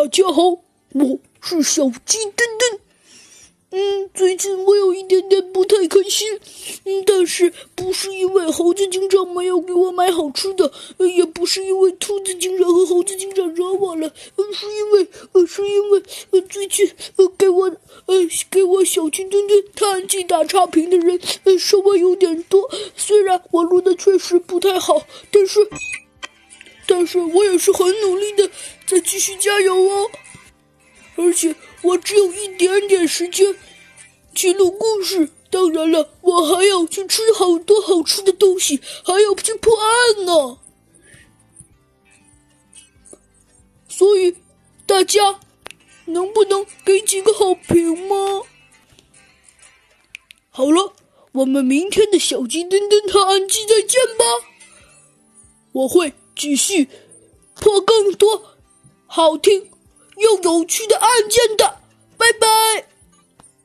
大家好，我是小鸡墩墩。最近我有一点点不太开心，但是不是因为猴子警长没有给我买好吃的，也不是因为兔子警长和猴子警长惹我了，是因为最近给我小鸡墩墩叹气打差评的人稍微有点多。虽然我录的确实不太好，但是我也是很努力的在继续加油哦。而且我只有一点点时间去录故事，当然了，我还要去吃好多好吃的东西，还要去破案呢。所以大家能不能给几个好评吗？好了，我们明天的小鸡墩墩探案记再见吧。我会继续破更多好听又有趣的案件的，拜拜。